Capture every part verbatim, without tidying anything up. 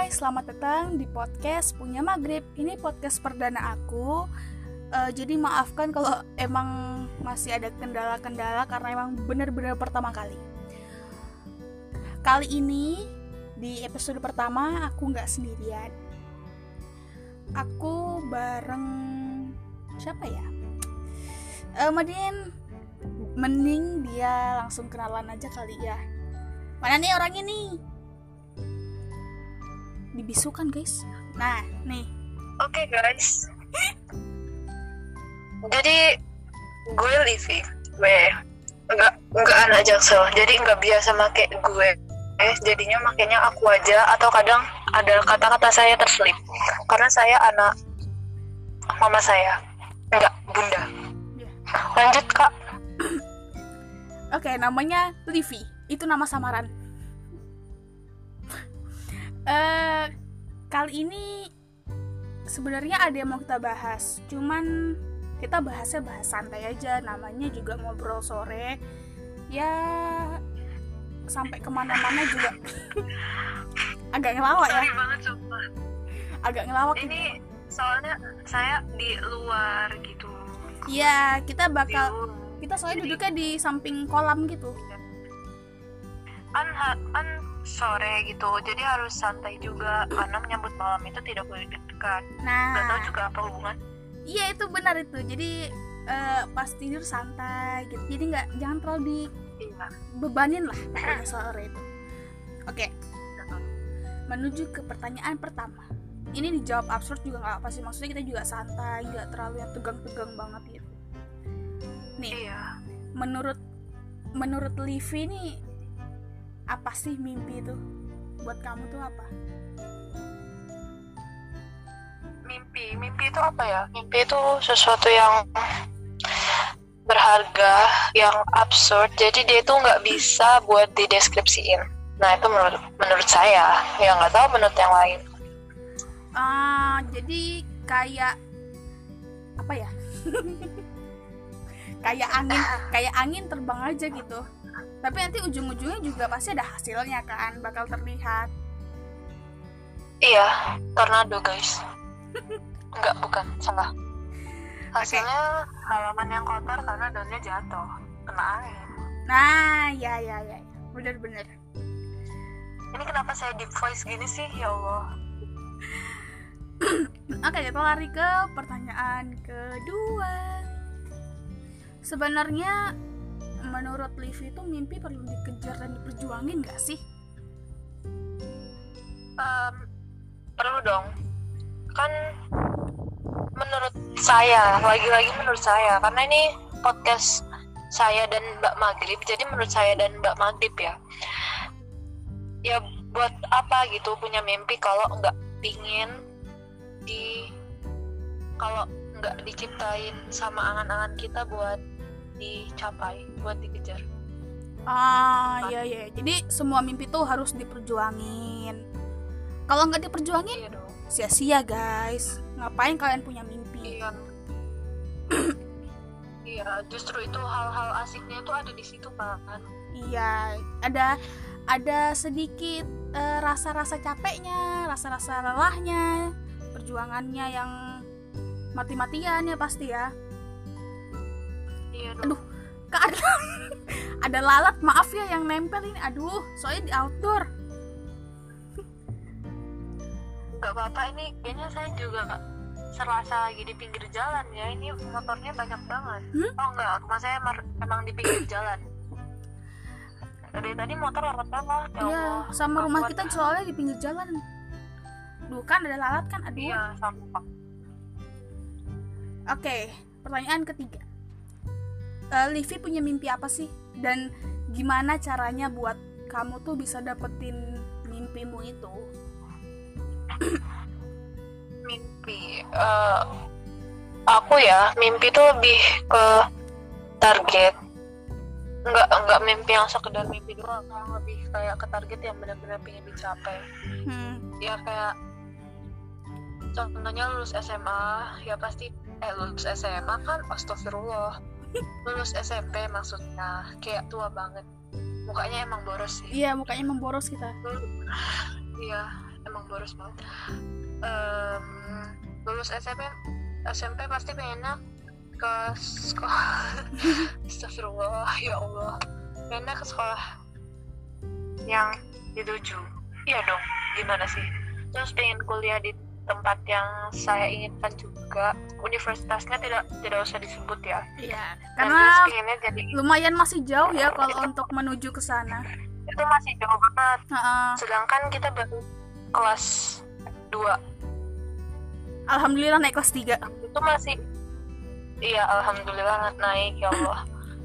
Hai, selamat datang di podcast Punya Maghrib. Ini podcast perdana aku. uh, Jadi maafkan kalau emang masih ada kendala-kendala karena emang benar-benar pertama kali. Kali ini di episode pertama aku gak sendirian. Aku bareng siapa ya? Uh, Mending Mending dia langsung kenalan aja kali ya. Mana nih orangnya nih? Dibisukan guys. Nah nih. Oke okay, guys. Jadi gue Livi, gue nggak nggak anak Jaksel, jadi nggak biasa make gue. Eh jadinya makanya aku aja, atau kadang ada kata-kata saya terselip karena saya anak mama saya, enggak bunda. Lanjut kak. Oke, okay, namanya Livi. Itu nama samaran. Uh, kali ini sebenarnya ada yang mau kita bahas, cuman kita bahasnya bahas santai aja, namanya juga ngobrol sore ya, sampai kemana-mana juga agak ngelawak ya. Sorry banget sumpah. Agak ngelawak ini gitu. Soalnya saya di luar gitu. Iya, kita bakal kita soalnya duduknya di samping kolam gitu. An an sore gitu, jadi harus santai juga karena menyambut malam itu tidak boleh dekat. Nah, nggak tahu juga apa hubungan. Iya itu benar itu. Jadi uh, pas tidur santai gitu. Jadi nggak jangan terlalu di iya. bebanin lah pada sore itu. Oke. Okay. Menuju ke pertanyaan pertama. Ini dijawab absurd juga nggak apa sih, maksudnya kita juga santai, nggak terlalu yang tegang-tegang banget gitu. Nih. Iya. Menurut menurut Livi nih, apa sih mimpi itu? Buat kamu tuh apa? Mimpi, mimpi itu apa ya? Mimpi itu sesuatu yang berharga, yang absurd. Jadi dia itu nggak bisa buat dideskripsiin. Nah itu menurut menurut saya. Ya nggak tahu menurut yang lain. Ah, jadi kayak apa ya? kayak angin, kayak angin terbang aja gitu. Tapi nanti ujung-ujungnya juga pasti ada hasilnya kan, bakal terlihat. Iya, tornado guys. Enggak, bukan, salah. Hasilnya okay. Halaman yang kotor karena daunnya jatuh, kena angin. Nah, ya ya ya, bener-bener. Ini kenapa saya deep voice gini sih, ya Allah. Oke, kita lari ke pertanyaan kedua. Sebenarnya menurut Livi itu mimpi perlu dikejar dan diperjuangin gak sih? Um, perlu dong. Kan menurut saya, lagi-lagi menurut saya, karena ini podcast saya dan Mbak Maghrib, jadi menurut saya dan Mbak Maghrib ya. Ya buat apa gitu punya mimpi kalau nggak pingin di kalau nggak diciptain sama angan-angan kita buat dicapai, buat dikejar. Ah, iya iya. Jadi semua mimpi tuh harus diperjuangin. Kalau nggak diperjuangin, iya dong. Sia-sia guys. Ngapain kalian punya mimpi? Iya. Iya, justru itu hal-hal asiknya itu ada di situ kan. Iya, ada ada sedikit uh, rasa-rasa capeknya, rasa-rasa lelahnya, perjuangannya yang mati-matian ya pasti ya. Aduh, Kak, ada, ada lalat, maaf ya yang nempel ini. Aduh, soalnya di outdoor. Gak apa-apa, ini kayaknya saya juga gak serasa lagi di pinggir jalan ya. Ini motornya banyak banget. hmm? Oh enggak, rumah saya emang di pinggir jalan. Dari tadi motor lewat banget. Iya, sama rumah kita soalnya di pinggir jalan. Duh, kan ada lalat kan, aduh. Iya, sama. Oke, pertanyaan ketiga. Uh, Livi punya mimpi apa sih? Dan gimana caranya buat kamu tuh bisa dapetin mimpimu itu? Mimpi uh, aku ya, mimpi tuh lebih ke target. Enggak, enggak mimpi yang sekedar mimpi doang, lebih kayak ke target yang benar-benar pengen dicapai. hmm. Ya kayak contohnya lulus S M A, ya pasti eh lulus S M A kan astagfirullah. Lulus S M P maksudnya, kayak tua banget. Mukanya emang boros sih. Iya, mukanya emang boros kita. Iya, emang boros banget. um, lulus S M P S M P pasti pengennya ke sekolah astagfirullah ya Allah, pengennya ke sekolah yang dituju. Iya dong, gimana sih. Terus pengen kuliah di tempat yang saya inginkan juga. Universitasnya tidak tidak usah disebut ya. Iya, Dan karena terus pengennya jadi, lumayan masih jauh ya kalau untuk menuju ke sana. itu masih jauh banget. Heeh. Sedangkan kita baru kelas dua. Alhamdulillah naik kelas tiga. Itu masih, iya alhamdulillah naik ya Allah.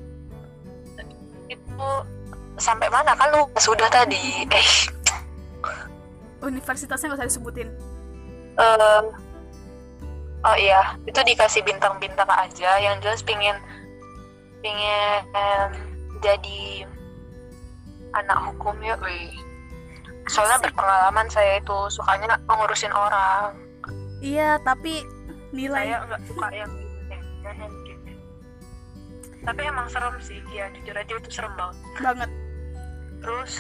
Itu sampai mana kan lu sudah tadi eh Universitasnya nggak usah disebutin. um, oh iya, itu dikasih bintang-bintang aja. Yang jelas pingin pingin um, jadi anak hukum ya, weh. Soalnya Asik. berpengalaman saya itu sukanya mengurusin orang. Iya, tapi nilai Saya nggak suka yang gitu. Tapi emang serem sih, ya jujur aja itu serem banget. banget. Terus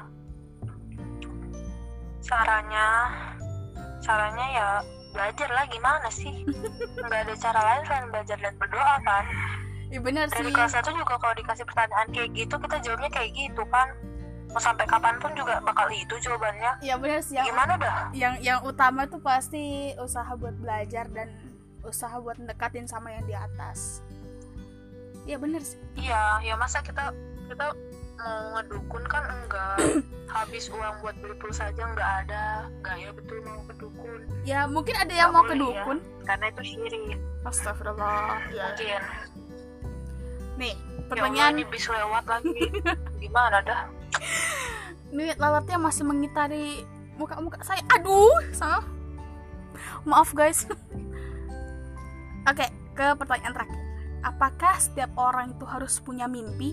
caranya caranya ya belajar lah, gimana sih. Nggak ada cara lain selain belajar dan berdoa kan. Iya benar Dari sih. kelas satu juga kalau dikasih pertanyaan kayak gitu kita jawabnya kayak gitu kan. Mau sampai kapanpun juga bakal itu jawabannya. Iya benar sih. Yang, Gimana dah. yang yang utama tuh pasti usaha buat belajar dan usaha buat mendekatin sama yang di atas. Iya benar sih. Iya, ya masa kita kita mau ngedukun kan enggak. Habis uang buat beli pulsa aja enggak ada. Enggak ya betul mau ke dukun. Ya mungkin ada yang Nggak mau ke boleh ya, dukun. karena itu syirik. Astagfirullah. Ya. Mungkin. Nih, Ya Allah, pertanyaan ini bis lewat lagi. Gimana dah? ini lalatnya masih mengitari muka-muka saya. Aduh, salah. Maaf guys. Oke, ke pertanyaan terakhir. Apakah setiap orang itu harus punya mimpi?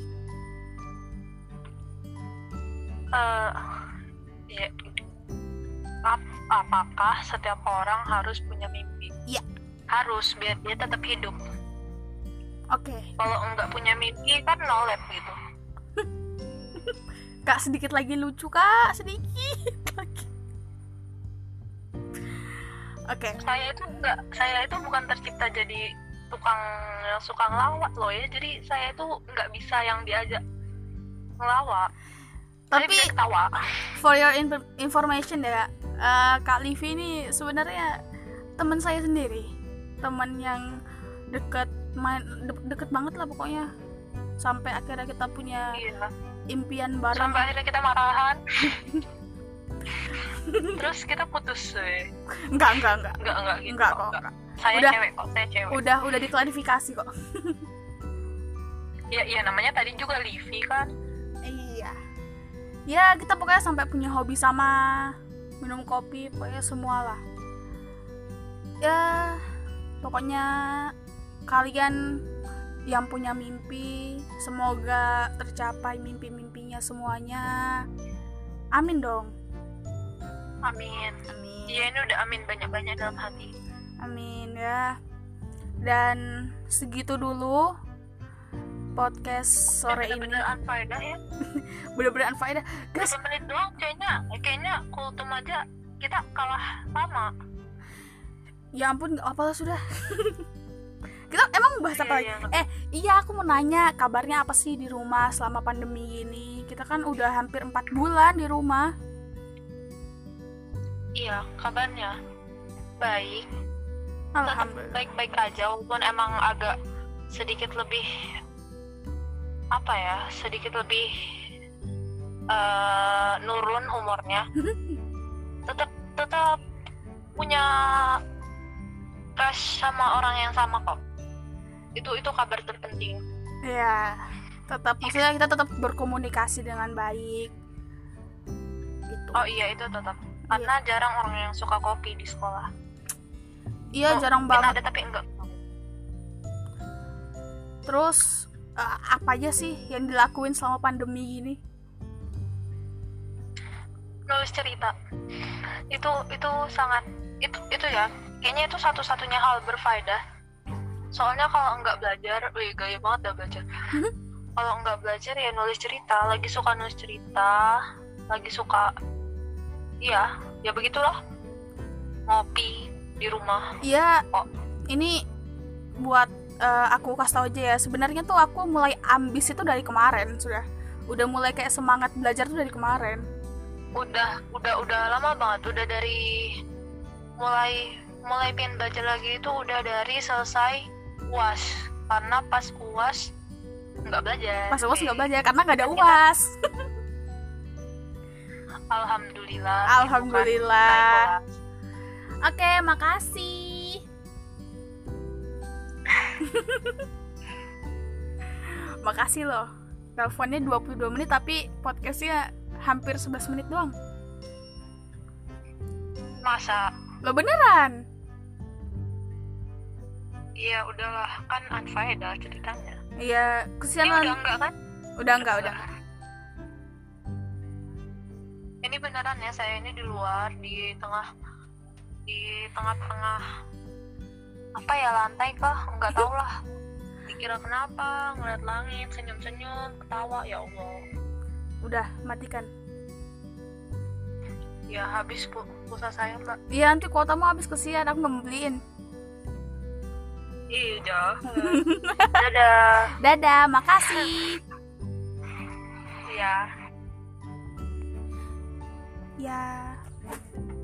Eh, ya, ap- apakah setiap orang harus punya mimpi? Iya. Harus, biar dia tetap hidup. Oke, Kalau enggak punya mimpi kan no life gitu. Kak sedikit lagi lucu kak, sedikit lagi. Oke, Saya itu enggak, saya itu bukan tercipta jadi tukang yang suka ngelawak loh ya. Jadi saya itu enggak bisa yang diajak ngelawak. Saya tapi bisa ketawa. for your in- information ya, eh, Kak Livi ini sebenarnya teman saya sendiri, teman yang deket main de- deket banget lah pokoknya, sampai akhirnya kita punya Iya. impian bareng. Sampai akhirnya kita marahan. Terus kita putus sih. Enggak enggak enggak Enggak enggak gitu. enggak kok, kok enggak. enggak. Saya Udah. cewek kok, saya cewek. Udah udah diklarifikasi kok. Iya iya namanya tadi juga Livi kan. Iya. Ya kita pokoknya sampai punya hobi sama, minum kopi, pokoknya semua lah. Ya pokoknya kalian yang punya mimpi semoga tercapai mimpi-mimpinya semuanya. Amin dong. Amin. Amin. Iya ini udah amin banyak-banyak dalam hati. Amin ya. Dan segitu dulu podcast sore Ya, ini. bener-bener unfaedah ya. Bener-bener unfaedah. Guys, Berapa menit doang kayaknya. Kayaknya kultum aja kita kalah lama. ya ampun nggak apa-apa lah sudah. Kita emang bahas apa lagi? Iya, Eh, iya aku mau nanya kabarnya apa sih di rumah selama pandemi ini? Kita kan udah hampir empat bulan di rumah. Iya kabarnya baik. Tetap Alhamdulillah. baik-baik aja walaupun emang agak sedikit lebih apa ya sedikit lebih eh, nurun umurnya. tetap tetap punya crush sama orang yang sama kok. Itu itu kabar terpenting. Ya, tetap maksudnya kita tetap berkomunikasi dengan baik. Gitu. Oh iya itu tetap. Karena jarang orang yang suka kopi di sekolah. Iya, Oh, jarang mungkin banget. ada tapi enggak. Terus eh, apa aja sih yang dilakuin selama pandemi ini? Nulis cerita. Itu itu sangat itu itu ya. Kayaknya itu satu-satunya hal berfaedah. Soalnya kalau enggak belajar, wih gaya banget dah belajar. Kalau enggak belajar ya nulis cerita. Lagi suka nulis cerita, lagi suka Iya, ya begitulah. Ngopi di rumah. Iya, Oh, ini buat eh, aku kasih tau aja ya. Sebenarnya tuh aku mulai ambis itu dari kemarin sudah. Udah mulai kayak semangat belajar tuh dari kemarin. udah udah udah lama banget, udah dari mulai mulai pengen belajar lagi itu udah dari selesai U A S. Karena pas U A S nggak belajar. Pas U A S nggak belajar karena nggak ada U A S. Alhamdulillah. Alhamdulillah. Oke, makasih. Makasih loh. Teleponnya dua puluh dua menit tapi podcastnya hampir sebelas menit doang. Masa? Lo beneran? Iya udahlah, kan unfaedah ceritanya. Iya, Ini kesian udah enggak kan? Udah enggak, udah. Ini beneran ya, saya ini di luar, di tengah di tengah-tengah apa ya, lantai kah? Enggak tahu lah. Dikira kenapa, ngeliat langit, senyum-senyum, ketawa, ya Allah. Udah, matikan. Ya habis pu- pulsa saya, Mbak. Iya, nanti kuotamu habis, kesian, aku nggak mau beliin. Iya, jahat. Dadah. Dadah, makasih. Iya. Ya.